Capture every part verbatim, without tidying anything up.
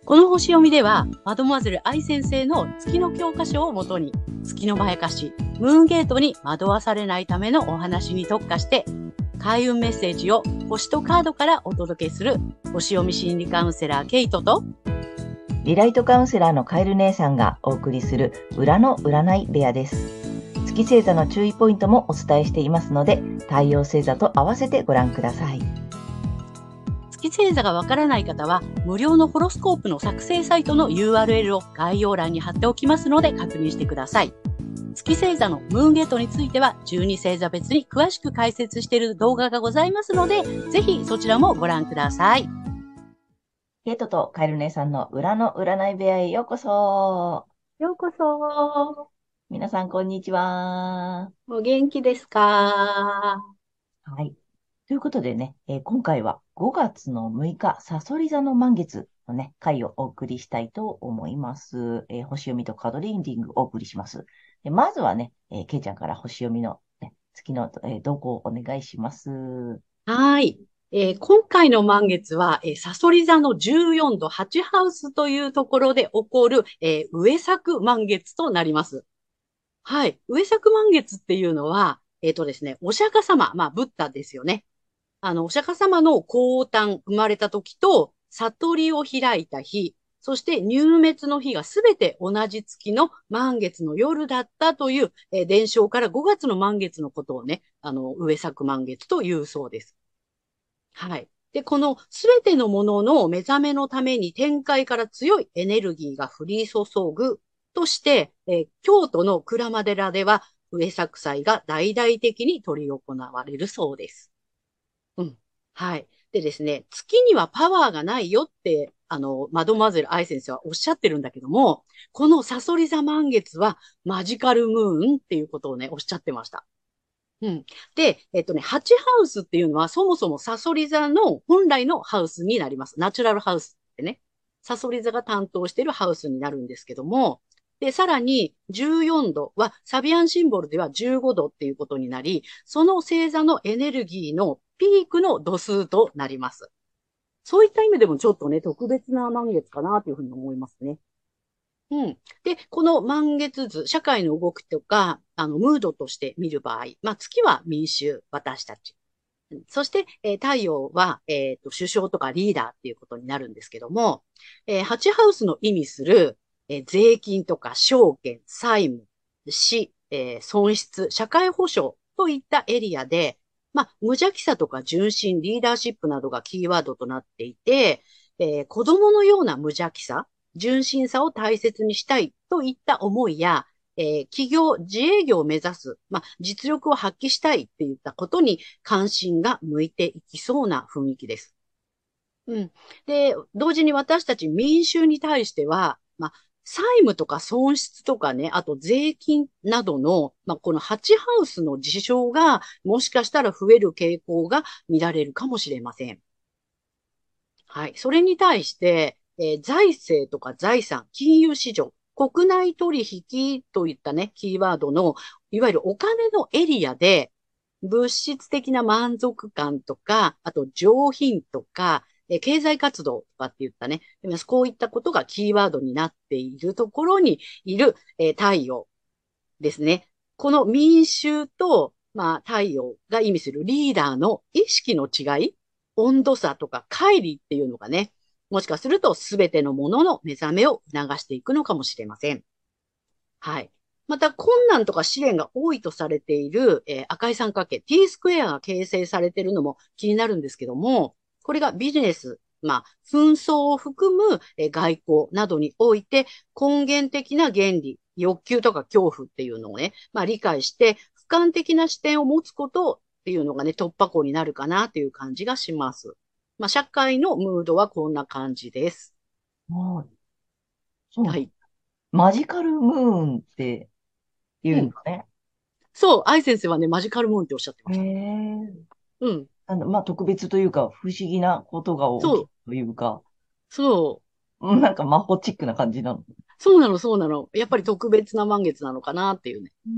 この星読みでは、マドモアゼル愛先生の月の教科書をもとに、月のまやかし、ムーンゲートに惑わされないためのお話に特化して、開運メッセージを星とカードからお届けする、星読み心理カウンセラーケイトと、 リライトカウンセラーのカエル姉さんがお送りする裏の占い部屋です。月星座の注意ポイントもお伝えしていますので、太陽星座と合わせてご覧ください。 月星座がわからない方は、無料のホロスコープの作成サイトの ユーアールエル を概要欄に貼っておきますので確認してください。月星座のムーンゲートについては、じゅうに星座別に詳しく解説している動画がございますので、ぜひそちらもご覧ください。 ケイトとカエル姉さんの裏の占い部屋へようこそ。 ようこそ。 皆さんこんにちは。 お元気ですか？ はい。ということでね、えー今回はごがつのむいか、さそり座の満月のね、回をお送りしたいと思います。えー星読みとカードリーディングをお送りします。でまずはね、えー、ケイちゃんから星読みの、ね、月の、えー動向をお願いします。 はい。えー今回の満月は、えー、サソリ座のじゅうよんどはちハウスというところで起こる、えー、上作満月となります。はい。上作満月っていうのは、えっとですね、お釈迦様、まあ、ブッダですよね。あの、お釈迦様の降誕、生まれた時と、悟りを開いた日、そして入滅の日がすべて同じ月の満月の夜だったという、えー伝承からごがつの満月のことをね、あの、上作満月というそうです。はい。で、このすべてのものの目覚めのために天界から強いエネルギーが降り注ぐとして、えー京都の鞍馬寺では上作祭が大々的に執り行われるそうです。うん。はい。でですね、月にはパワーがないよって、あの、マドモアゼル愛先生はおっしゃってるんだけども、このサソリ座満月はマジカルムーンっていうことをね、おっしゃってました。うん。で、えっとね、はちハウスっていうのはそもそもサソリ座の本来のハウスになります。ナチュラルハウスってね。サソリ座が担当しているハウスになるんですけども、で、さらにじゅうよんどはサビアンシンボルではじゅうごどっていうことになり、その星座のエネルギーのピークの度数となります。そういった意味でもちょっとね、特別な満月かなというふうに思いますね。うん。で、この満月図、社会の動きとか、あの、ムードとして見る場合、まあ、月は民衆、私たち。そして、えー太陽は、えっと、首相とかリーダーっていうことになるんですけども、えー、ハチハウスの意味する、えー税金とか証券、債務、死、えー損失、社会保障といったエリアで、まあ、無邪気さとか純真、リーダーシップなどがキーワードとなっていて、えー子供のような無邪気さ、純真さを大切にしたいといった思いや、えー企業、自営業を目指す、まあ、実力を発揮したいっていったことに関心が向いていきそうな雰囲気です。うん。で、同時に私たち民衆に対しては、まあ、債務とか損失とかね、あと税金などの、まあ、このハチハウスの事象が、もしかしたら増える傾向が見られるかもしれません。はい。それに対して、えー財政とか財産、金融市場、国内取引といったね、キーワードの、いわゆるお金のエリアで、物質的な満足感とか、あと上品とか、えー経済活動とかって言ったね、こういったことがキーワードになっているところにいる、えー太陽ですね。この民衆と、まあ、太陽が意味するリーダーの意識の違い、温度差とか乖離っていうのがね、もしかすると全てのものの目覚めを促していくのかもしれません。はい。また、困難とか試練が多いとされている、えー赤い三角形、T スクエアが形成されているのも気になるんですけども、これがビジネス、まあ、紛争を含む、えー外交などにおいて根源的な原理、欲求とか恐怖っていうのをね、まあ理解して、俯瞰的な視点を持つことっていうのがね、突破口になるかなっていう感じがします。まあ、社会のムードはこんな感じです。 はい。そう。 はい。 マジカルムーンって言うん。 うのね。 そう、愛先生はね、マジカルムーンっておっしゃってまへした。 え。 うん。 あの、まあ、特別というか、不思議なことが起きるそう、 というか、 そう、 うんなんか魔法チックな感じなの。 そうなの、そうなの。やっぱり特別な満月なのかなっていうね。 うん。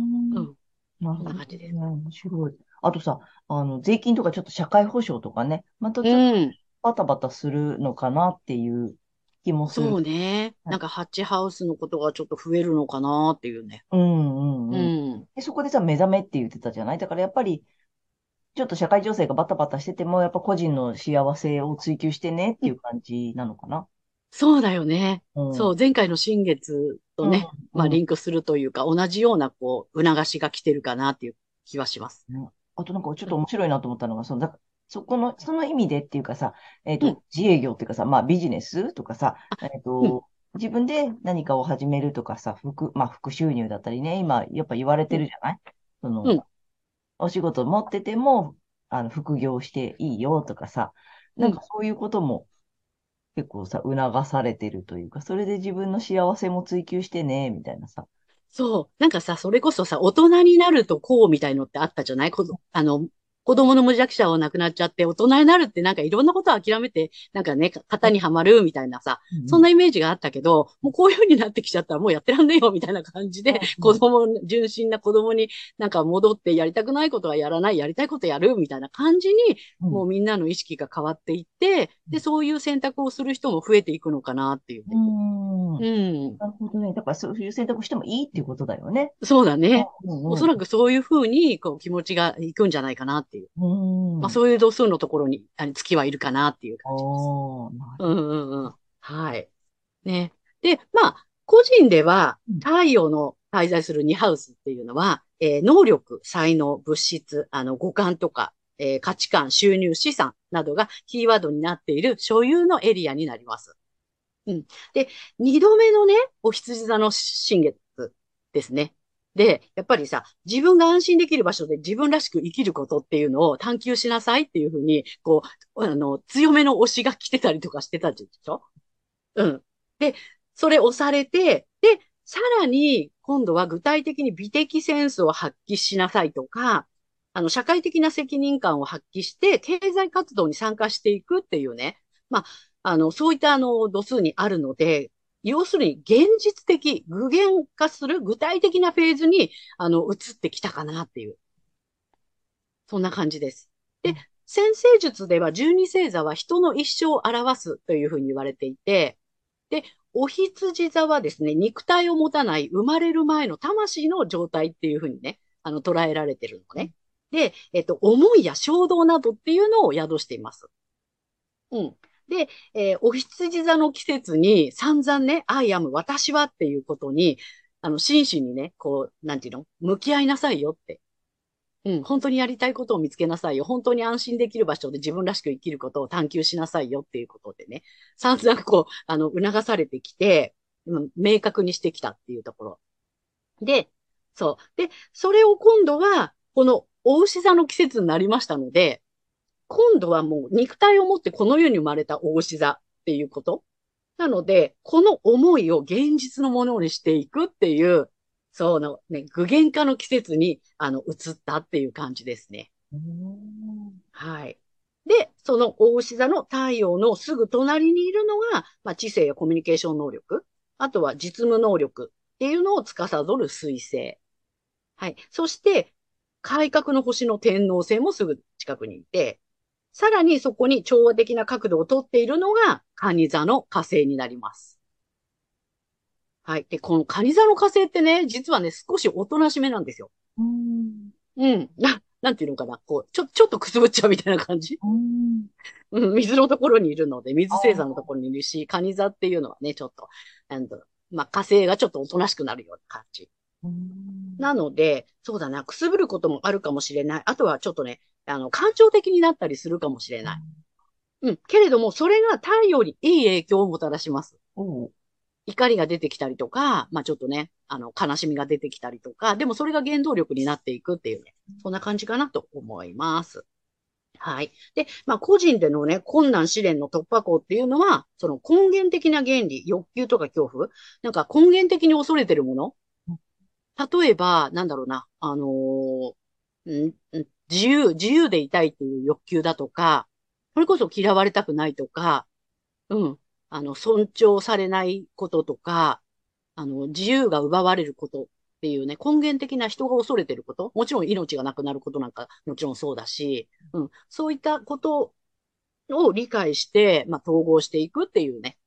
うん。こんななるほ感じです。 どね。面白い。あとさ、あの、税金とかちょっと社会保障とかね、またうちょっとん。 バタバタするのかなっていう気もする。 そうね。 はい。 なんかハッチハウスのことがちょっと増えるのかなっていうね。 うんううんうん。 ん。 で、そこでさ、目覚めって言ってたじゃない。だからやっぱり、ちょっと社会情勢がバタバタしてても、やっぱ個人の幸せを追求してねっていう感じなのかな。 そうだよね。 うん。 そう、前回の新月とうん、 ね、まあうん。 リンクするというか、同じようなこう、促しが来てるかなっていう気はします。 ね。あとなんかちょっうん、 と面白いなと思ったのが、その、だそこの、その意味でっていうかさ、えっうん、 と、自営業っていうかさ、まあビジネスとかさ、 あ、 えっうん、 と、自分で何かを始めるとかさ、副、まあ副収入だったりね、今やっぱ言われうん、 てるじゃない。その、 うん、 お仕事持ってても、あの、副業していいよとかさ、 うん。 なんかそういうことも結構さ、促されてるというか、それで自分の幸せも追求してね、みたいなさ。 そう。なんかさ、それこそさ、大人になるとこうみたいのってあったじゃないこど、あの、子供の無弱者は亡くなっちゃって、大人になるってなんかいろんなことを諦めて、なんかね、型にはまるみたいなさ、 うんうん。 そんなイメージがあったけど、もうこういう風になってきちゃったらもうやってらんねえよみたいな感じで、 うんうん子供、純真な子供になんか戻ってやりたくないことはやらない、やりたいことやるみたいな感じに、 うん。 もうみんなの意識が変わっていって、で、そういう選択をする人も増えていくのかなっていうね。 うん。うーん。 うん。 なるほどね。だからそういう選択してもいいっていうことだよね。 そうだね。おそうんうんらくそういうふうに、こう、気持ちがいくんじゃないかなっていう。 うん。 まあ、 うん。 そういう度数のところに、あの月はいるかなっていう感じです。 おー、なるうんうんうん。はい。ね。で、まあ、個人では、 ほど。 太陽の滞在するニハウスっていうのは、えー能力、才能、物質、あの、五感とか、えー価値観、収入、資産などがキーワードになっている所有のエリアになります。うん。で、二度目のね、お羊座の新月ですね。で、やっぱりさ、自分が安心できる場所で自分らしく生きることっていうのを探求しなさいっていうふうに、こう、あの、強めの推しが来てたりとかしてたでしょ。うん。で、それ押されて、で、さらに、今度は具体的に美的センスを発揮しなさいとか、あの、社会的な責任感を発揮して、経済活動に参加していくっていうね。まあ、あの、そういったあの、度数にあるので、要するに現実的、具現化する具体的なフェーズに、あの、移ってきたかなっていう、そんな感じです。で、先生術では十二星座は人の一生を表すというふうに言われていて、で、お羊座はですね、肉体を持たない生まれる前の魂の状態っていうふうにね、あの、捉えられてるのね。で、えっと、思いや衝動などっていうのを宿しています。うん。で、えーお羊座の季節に散々ね、I am 私はっていうことに、あの、真摯にね、こう、なんていうの向き合いなさいよって。うん、本当にやりたいことを見つけなさいよ。本当に安心できる場所で自分らしく生きることを探求しなさいよっていうことでね、散々こう、あの、促されてきて、うん、明確にしてきたっていうところ。で、そう。で、それを今度は、このお牛座の季節になりましたので、今度はもう肉体を持ってこの世に生まれたお牛座っていうこと。なので、この思いを現実のものにしていくっていう、そうのね、具現化の季節に、あの、移ったっていう感じですね。 うーん。 はい。で、その大牛座の太陽のすぐ隣にいるのが、まあ、知性やコミュニケーション能力、あとは実務能力っていうのを司る水星。はい。そして、改革の星の天王星もすぐ近くにいて、さらにそこに調和的な角度をとっているのが、蟹座の火星になります。はい。で、この蟹座の火星ってね、実はね、少しおとなしめなんですよ。 うーん。 うん。な、なんていうのかな。こう、ちょ、ちょっとくすぶっちゃうみたいな感じ。 うーん。 うん、水のところにいるので、水あ星座のとあ。 ころにいるし、蟹座っていうのはね、ちょっと、あの、まあ、火星がちょっとおとなしくなるような感じ。 うーん。 なので、そうだな、くすぶることもあるかもしれない。あとはちょっとね、あの、感情的になったりするかもしれない。うん。けれども、それが太陽にいい影響をもたらします。 おう。 怒りが出てきたりとか、まあちょっとね、あの、悲しみが出てきたりとか、でもそれが原動力になっていくっていうね、そんな感じかなと思います。はい。で、まあ個人でのね、困難試練の突破口っていうのは、その根源的な原理、欲求とか恐怖、なんか根源的に恐れてるもの。例えば、なんだろうな、あのーんん自由、自由でいたいっていう欲求だとか、それこそ嫌われたくないとか、うん。あの、尊重されないこととか、あの、自由が奪われることっていうね、根源的な人が恐れてること、もちろん命がなくなることなんかもちろんそうだし、うん、そういったことを理解して、まあ、統合していくっていうね。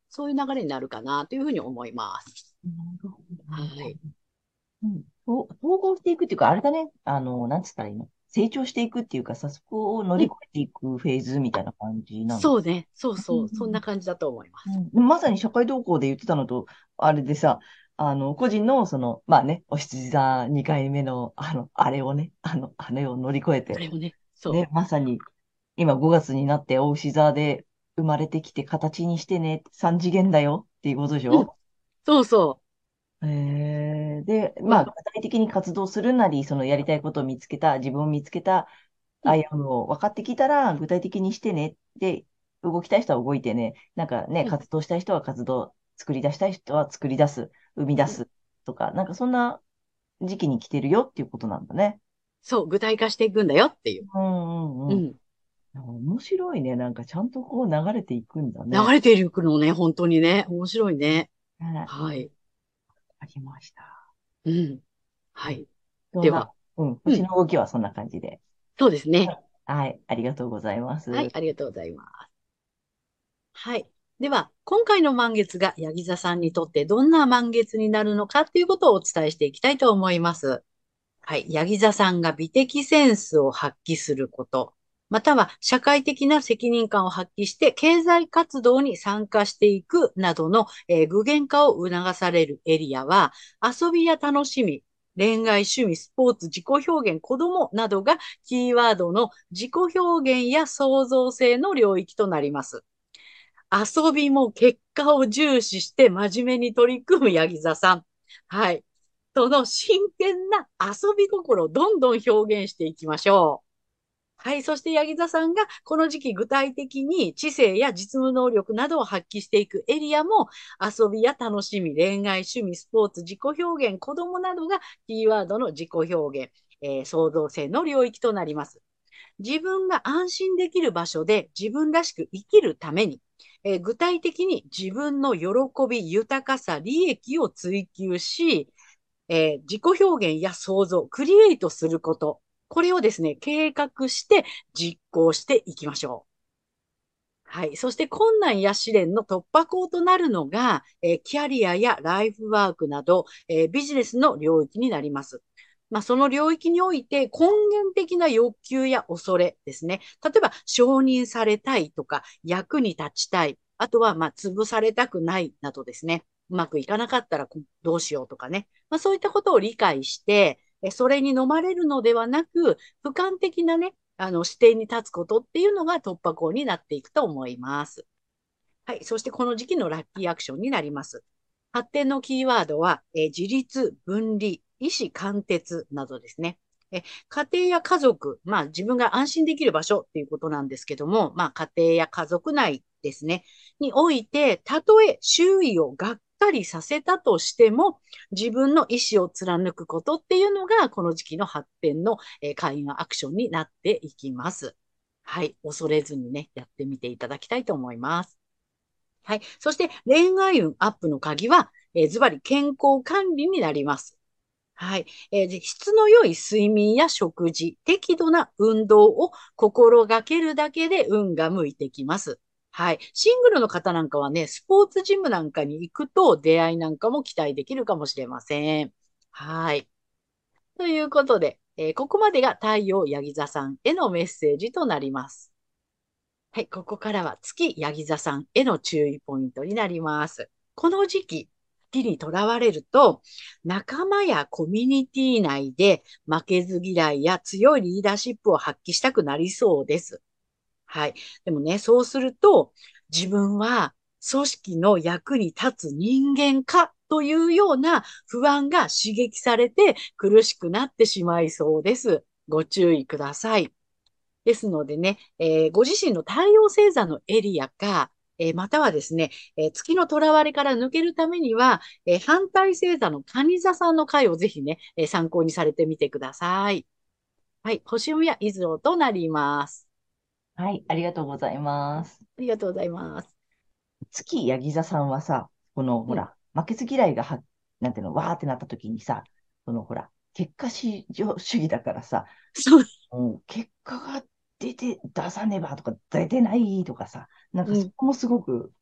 そういう流れになるかなというふうに思います。 なるほど、なはるほど。 い。 うん。と統合していくっていうか、あれだね。あの、なんつったらいいの？成長していくっていうかさ、そこを乗うん。 り越えていくフェーズみたいな感じなの？ そうね。そううん。 そう。そんな感じだと思います。 うんうん、まさに社会動向で言ってたのと、あれでさ、あの、個人の、その、まあね、お羊座にかいめの、あの、あれをね、あの、あれを乗り越えて、 あれもね。そね、まさに、今ごがつになってお牛座で生まれてきて形にしてね、さん次元だよっていうことでしう。うん。 ょ？ そうそえー、で、 う。 まあ、具体的に活動するなり、そのやりたいことを見つけた、自分を見つけた、 うん。 アイアムを分かってきたら、具体的にしてね。で、動きたい人は動いてね。なんかね、 うん。 活動したい人は活動、作り出したい人は作り出す、生み出うん。 すとか、なんかそんな時期に来てるよっていうことなんだね。 そう。具体化していくんだよっていう。 うんうんうん。 うん。 面白いね。なんかちゃんとこう流れていくんだね。 流れていくのね。本当にね。面白いね。 ね、 はい。 ありました。 うん。はえ、 い。 そんな、 では。 うん、 うん。 星の動きはそんな感じで。 そうですね。 はい、ありがとうございまはい。 す。 ありがとうございます。はい。では、今回の満月がヤギ座さんにとってどんな満月になるのかということをお伝えしていきたいと思います。はい。ヤギ座さんが美的センスを発揮すること、または社会的な責任感を発揮して経済活動に参加していくなどの、えー具現化を促されるエリアは、遊びや楽しみ、恋愛、趣味、スポーツ、自己表現、子供などがキーワードの自己表現や創造性の領域となります。遊びも結果を重視して真面目に取り組むヤギ座さん。はい。その真剣な遊び心をどんどん表現していきましょう。はい。そして、ヤギ座さんがこの時期具体的に知性や実務能力などを発揮していくエリアも、遊びや楽しみ、恋愛、趣味、スポーツ、自己表現、子供などがキーワードの自己表現、えー創造性の領域となります。自分が安心できる場所で自分らしく生きるために、えー具体的に自分の喜び、豊かさ、利益を追求し、えー自己表現や創造、クリエイトすること。これをですね、計画して実行していきましょう。はい。そして困難や試練の突破口となるのが、えーキャリアやライフワークなど、えービジネスの領域になります。まあ、その領域において根源的な欲求や恐れですね。例えば、承認されたいとか、役に立ちたい。あとは、まあ、潰されたくないなどですね。うまくいかなかったらどうしようとかね。まあ、そういったことを理解して、それに飲まれるのではなく、俯瞰的なね、あの、視点に立つことっていうのが突破口になっていくと思います。はい。そしてこの時期のラッキーアクションになります。発展のキーワードは、えー自立、分離、意思貫徹などですね。え家庭や家族、まあ自分が安心できる場所っていうことなんですけども、まあ家庭や家族内ですね、において、たとえ周囲をがっかりさせたとしても、自分の意思を貫くことっていうのが、この時期の発展の、えー開運アクションになっていきます。はい。恐れずにね、やってみていただきたいと思います。はい。そして恋愛運アップの鍵は、えーズバリ健康管理になります。はい。えー質の良い睡眠や食事、適度な運動を心がけるだけで運が向いてきます。はい。シングルの方なんかはね、スポーツジムなんかに行くと出会いなんかも期待できるかもしれません。はい。ということで、えーここまでが太陽ヤギ座さんへのメッセージとなります。はい、ここからは月ヤギ座さんへの注意ポイントになります。この時期、月にとらわれると、仲間やコミュニティ内で負けず嫌いや強いリーダーシップを発揮したくなりそうです。はい。でもね、そうすると、自分は組織の役に立つ人間かというような不安が刺激されて苦しくなってしまいそうです。ご注意ください。ですのでね、えーご自身の太陽星座のエリアか、えーまたはですね、えー月の囚われから抜けるためには、えー反対星座の蟹座さんの回をぜひね、えー参考にされてみてください。はい、星読みは以上となります。 はい、ありがとうございます。 ありがとうございます。 月ヤギ座さんはさ、このほうん、 ら、負けず嫌いがは、なんていうの、わーってなった時にさ、このほら、結果至上主義だからさ、 そう、 うん、結果が出て、出さねばとか、出てないとかさ、なんかうん、 そこもすごく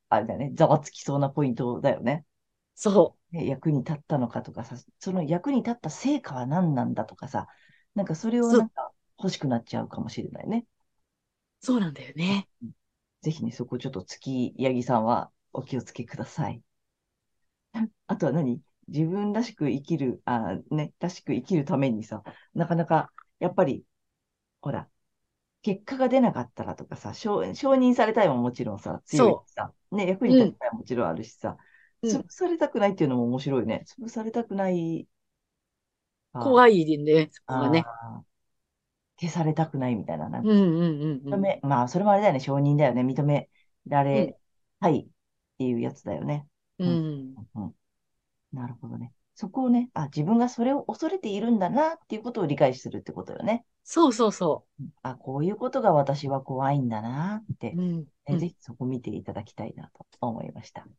あれだよね、ざわつきそうなポイントだよね。 そね、役に立ったのかとかさ、その役に立った成果は何なんだとかさ、なんかそれう。そ、 をなんか欲しくなっちゃうかもしれないね。 そうなんだよね。 うん、ぜひね、そこちょっと月、八木さんはお気をつけください。あとは何、自分らしく生きる、あ、ね、らしく生きるためにさ、なかなか、やっぱり、ほら、結果が出なかったらとかさ、承、承認されたいももちろんさ、強いしそさ、ね、役にう。うん、 立ちたいももちろんあるしさ、 うん。 潰されたくないっていうのも面白いね。潰されたくない、あ、 怖いでね、そこがね。 あー、消されたくないみたいな、なんか、 うん、うん、うん、うん。 認め、まあ、それもあれだよね、承認だよね。認めらうん、 れたいっていうやつだよね。 ううん。 ん。 うん、なるほどね。そこをね、あ、自分がそれを恐れているんだなっていうことを理解するってことよね。 そうそうそうん、あ、こういうことが私は怖いんだなっう。 て、 うん、うえ、ぜん。 ひそこ見ていただきたいなと思いました。はい、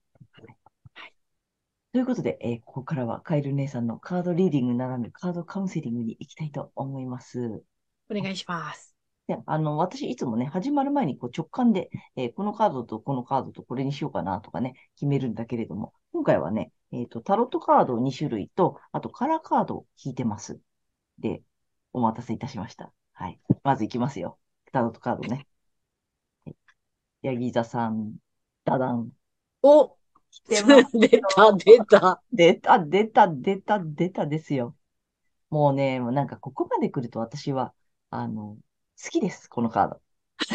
はい。 ということで、えーここからはカエル姉さんのカードリーディングならぬカードカウンセリングに行きたいと思います。 お願いします。 で、あの、私いつもね、始まる前にこう直感で、えーこのカードとこのカードとこれにしようかなとかね、決めるんだけれども、今回はね、えっと、タロットカードに種類と、あとカラーカードを引いてます。で、お待たせいたしました。はい。まずいきますよ。タロットカードね。はい、ヤギ座さん、ダダン。 お、 来てます出た、 よ。 出た。 出た、出た、出た、出たですよ。もうね、もうなんかここまで来ると私は、あの、好きです、このカード。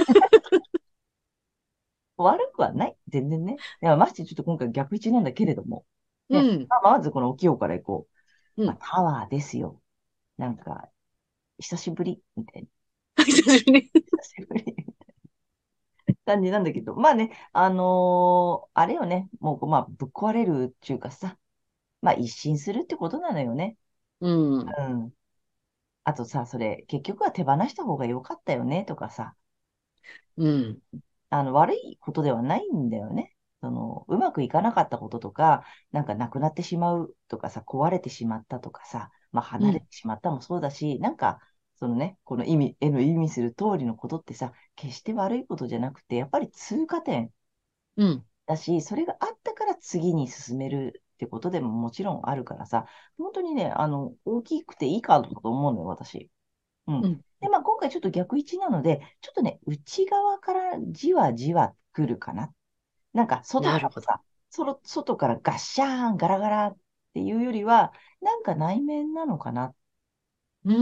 悪くはない。全然ね。いや、ましてちょっと今回逆位置なんだけれども。ね。 うん、 まあ、まずこの大きい方からいこう。まあ、 うん。 タワーですよ。なんか、久しぶりみたいな。 久しぶり。 久しぶり感じなんだけど。まあね、あのーあれよね。もう、まあ、ぶっ壊れるっていうかさ。まあ、一新するってことなのよね。 うん、 うん。あとさ、それ、結局は手放した方が良かったよね、とかさ。 うん、 あの、悪いことではないんだよね。その、うまくいかなかったこととか、なんかなくなってしまうとかさ、壊れてしまったとかさ、まあうん、 離れてしまったもそうだし、なんか、そのね、この意味、絵の意味する通りのことってさ、決して悪いことじゃなくて、やっぱり通過点うん。 だし、それがあったから次に進めるってことでももちろんあるからさ、本当にね、あの、大きくていいカードだと思うのよ、私。うん。 うん。 で、まあ、今回ちょっと逆位置なので、ちょっとね、内側からじわじわ来るかな。なんか、外なるほど。 からさ、その外からガッシャーン、ガラガラっていうよりは、なんか内面なのかな。 うん。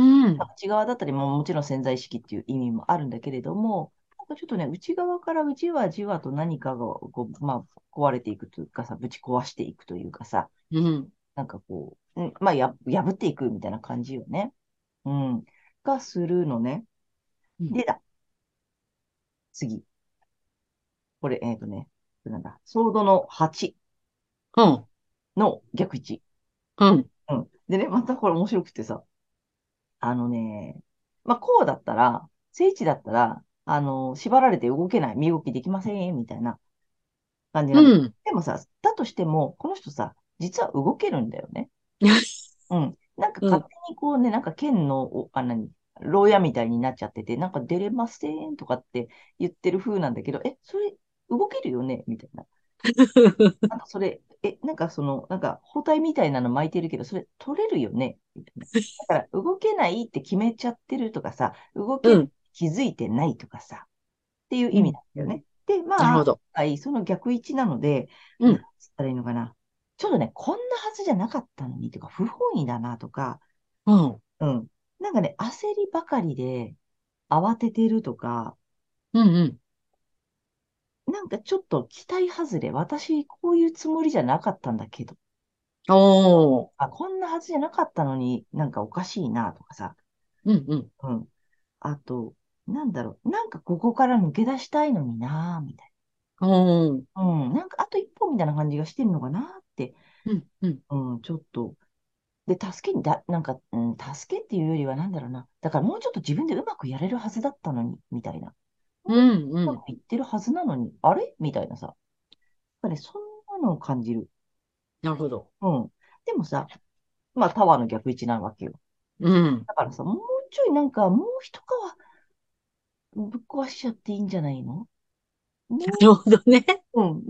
内側だったりも、もちろん潜在意識っていう意味もあるんだけれども、なんかちょっとね、内側からじわじわと何かがこう、まあ、壊れていくというかさ、ぶち壊していくというかさ、 うん。 なんかこう、うん、まあ、や、破っていくみたいな感じよね。うん。がするのね。 うん。 でだ、次。これ、えっとね、なんだ、ソードのはちうん。 の逆位置。 うん。 うん。でね、またこれ面白くてさ、あのね、まあ、こうだったら、聖地だったら、あの、縛られて動けない、身動きできません、みたいな感じなんだ。 うん。 でもさ、だとしても、この人さ、実は動けるんだよね。うん。なんか勝うん。 手にこうね、なんか剣の、おあ、何、牢屋みたいになっちゃってて、なんか出れませんとかって言ってる風なんだけど、え、それ動けるよねみたいな。あとそれ、え、なんかその、なんか包帯みたいなの巻いてるけど、それ取れるよねみたいな。だから動けないって決めちゃってるとかさ、動けるうん。 気づいてないとかさ、っていう意味うん。 なんだよね。で、まあ、 なるほど。 はい、その逆位置なので、なんうん。 つったらいいのかな。ちょっとね、こんなはずじゃなかったのにとか、不本意だなとか、 うん。 うん。なんかね、焦りばかりで慌ててるとか、 うん。うん。 なんかちょっと期待外れ、私こういうつもりじゃなかったんだけど、 おー。 あ、こんなはずじゃなかったのになんかおかしいなとかさ、 うん。うん。 うん。あと、なんだろう、なんかここから抜け出したいのになみたいおー。 な。うん。なんかあと一歩みたいな感じがしてるのかなって、 うん。うん。 うん、ちょっと。で、助けにだ、なんか、うん、助けっていうよりはなんだろうな。だからもうちょっと自分でうまくやれるはずだったのに、みたいな。もうちょっうん。うん。 とうまくいってるはずなのに、あれみたいなさ。やっぱね、そんなのを感じる。 なるほど。 うん。でもさ、まあタワーの逆位置なわけよ。 うん。 だからさ、もうちょいなんか、もう一皮ぶっ壊しちゃっていいんじゃないの？もなるほどね。 う、うん、もう一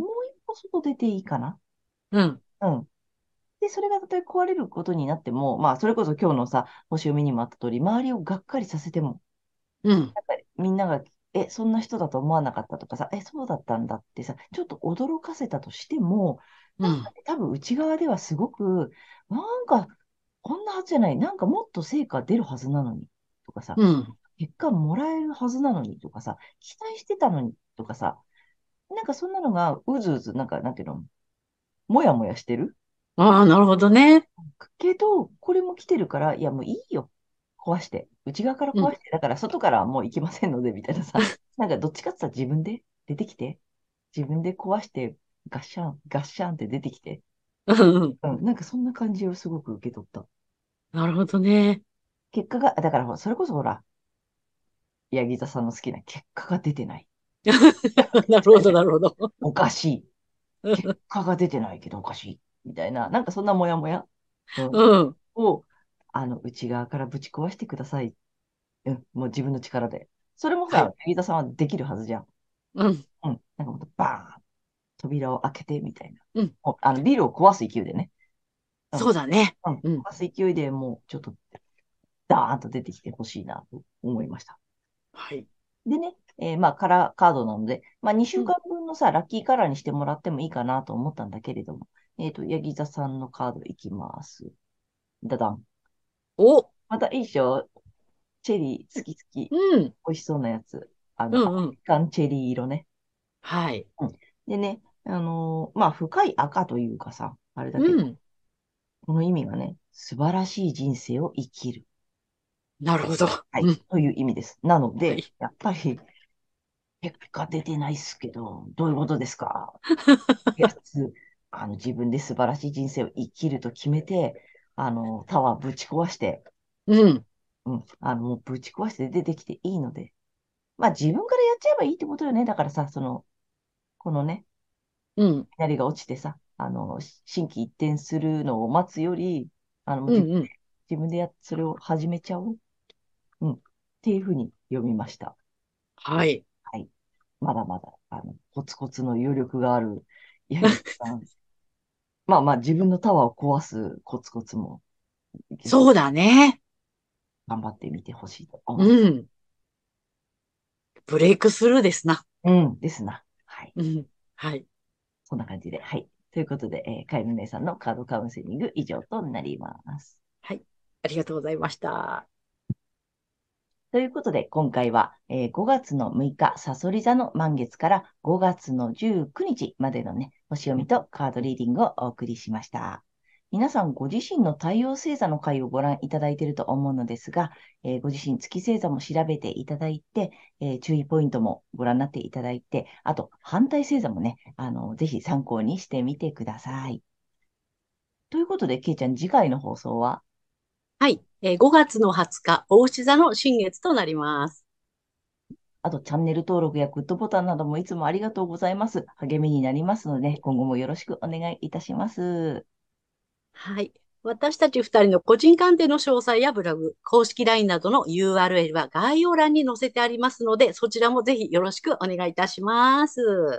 と外出ていいかな。 うん。 うん。で、それがたとえ壊れることになっても、まあ、それこそ今日のさ、星読みにもあった通り、周りをがっかりさせても、 うん。 やっぱりみんなが、え、そんな人だと思わなかったとかさ、え、そうだったんだってさ、ちょっと驚かせたとしても、 うん。 なんかね、多分内側ではすごく、なんか、こんなはずじゃない、なんかもっと成果出るはずなのに、とかさ、 うん。 結果もらえるはずなのに、とかさ、期待してたのに、とかさ、なんかそんなのがうずうず、なんか、なんていうの、もやもやしてるああ、なるほどね。 けど、これも来てるから、いや、もういいよ。壊して。内側からうん。 壊して。だから外からはもう行きませんので、みたいなさ。なんかどっちかって言ったら自分で出てきて、自分で壊して、ガッシャン、ガッシャンって出てきて。 うんうん。 うん、なんかそんな感じをすごく受け取った。 なるほどね。 結果が、だからほら、それこそほら、ヤギ座さんの好きな結果が出てない。 なるほど、なるほど。 おかしい。結果が出てないけどおかしい。みたいな、なんかそんなモヤモヤ、うん、 うん。 を、あの、内側からぶち壊してください。うん、もう自分の力で。それもさ、 はい。 柳田さんはできるはずじゃん。 うん。 うん。なんかもっとバーン、扉を開けてみたいな。 うん。 もうあのビルを壊す勢いでね。うん。 そうだね。 うん。 うん。 壊す勢いでもうちょっとダーンと出てきてほしいなと思いました。 はい。 でね、えーまあカラーカードなので、まあ2 うん。 週間分のさ、ラッキーカラーにしてもらってもいいかなと思ったんだけれども、えっと、ヤギ座さんのカードいきます。ダダン。 お、 またいいでしょ？チェリー好き好き。 うん。 美味しそうなやつ。あの、アメうんうん。 リカンチェリー色ね。 はい。 うん。でね、あのーまあ、深い赤というかさ、あれだけど、 うん。 この意味がね、素晴らしい人生を生きる。 なるほど。 はい。 うん。 という意味です。なので、 はい。 やっぱり、結果出てないっすけど、どういうことですか？やつ、あの、自分で素晴らしい人生を生きると決めて、あの、タワーぶち壊して、 うん。 うん、あの、もうぶち壊して出てきていいので、まあ、自分からやっちゃえばいいってことよね。だからさ、その、このね、 うん。 雷が落ちてさ、あの、心機一転するのを待つより、あの、もう自分で、 うんうん。 自分でやっ、それを始めちゃおう。うん。っていうふうに読みました。 はい。 はい。まだまだ、あの、コツコツの余力がある、ヤギさん。まあまあ、自分のタワーを壊すコツコツもいけそう。 そうだね。 頑張ってみてほしいと思います。 うん。ブレイクスルーですな。 うん。ですな。はい。 うん。はい。 そんな感じで。はい。ということで、えー、カエル姉さんのカードカウンセリング以上となります。 はい。ありがとうございました。 ということで、今回は、えーごがつのむいか、さそり座の満月からごがつのじゅうくにちまでのね、星読みとカードリーディングをお送りしました。皆さん、ご自身の太陽星座の回をご覧いただいていると思うのですが、えーご自身月星座も調べていただいて、えー注意ポイントもご覧になっていただいて、あと、反対星座もね、あの、ぜひ参考にしてみてください。ということで、けいちゃん、次回の放送は？ はい。えー、ごがつのはつか、おうし座の新月となります。 あと、チャンネル登録やグッドボタンなどもいつもありがとうございます。励みになりますので、今後もよろしくお願いいたします。 はい。私たちふたりの個人鑑定の詳細やブログ、公式 ライン などの ユーアールエル は概要欄に載せてありますので、そちらもぜひよろしくお願いいたします。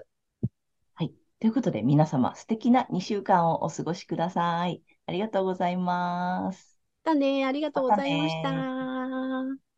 はい。ということで、皆様、素敵なにしゅうかんをお過ごしください。ありがとうございます。 だね。ありがとうごまたざいましね。 た。